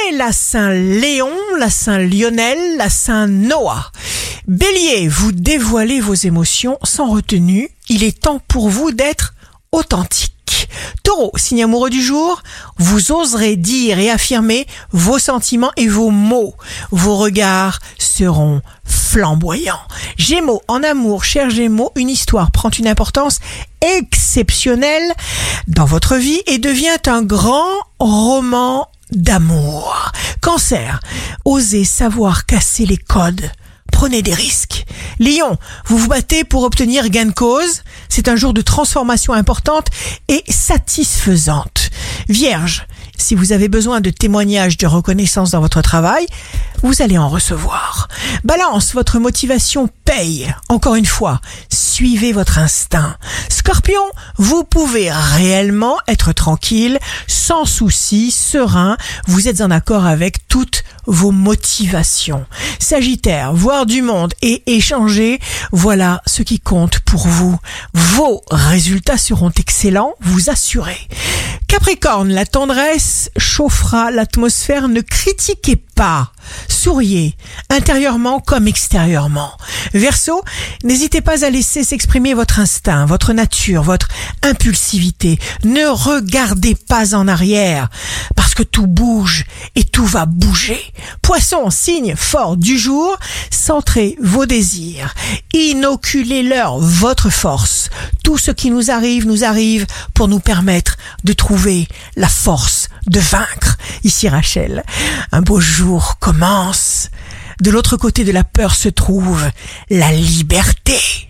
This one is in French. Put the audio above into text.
la Saint-Léon, la Saint-Lionel, la Saint-Noah. Bélier, vous dévoilez vos émotions sans retenue. Il est temps pour vous d'être authentique. Taureau, signe amoureux du jour, vous oserez dire et affirmer vos sentiments et vos mots. Vos regards seront flamboyants. Gémeaux, en amour, cher Gémeaux, une histoire prend une importance exceptionnelle dans votre vie et devient un grand roman d'amour. Cancer, osez savoir casser les codes. Prenez des risques. Lion, vous vous battez pour obtenir gain de cause. C'est un jour de transformation importante et satisfaisante. Vierge, si vous avez besoin de témoignages de reconnaissance dans votre travail, vous allez en recevoir. Balance, votre motivation paye. Encore une fois, suivez votre instinct. Scorpion, vous pouvez réellement être tranquille, sans souci, serein. Vous êtes en accord avec toutes vos motivations. Sagittaire, voir du monde et échanger, voilà ce qui compte pour vous. Vos résultats seront excellents, vous assurez. Capricorne, la tendresse chauffera l'atmosphère, ne critiquez pas. Souriez, intérieurement comme extérieurement. Verseau, n'hésitez pas à laisser s'exprimer votre instinct, votre nature, votre impulsivité. Ne regardez pas en arrière, parce que tout bouge et tout va bouger. Poisson, signe fort du jour, centrez vos désirs, inoculez-leur votre force. Tout ce qui nous arrive pour nous permettre de trouver la force de vaincre. Ici Rachel, un beau jour commence. De l'autre côté de la peur se trouve la liberté.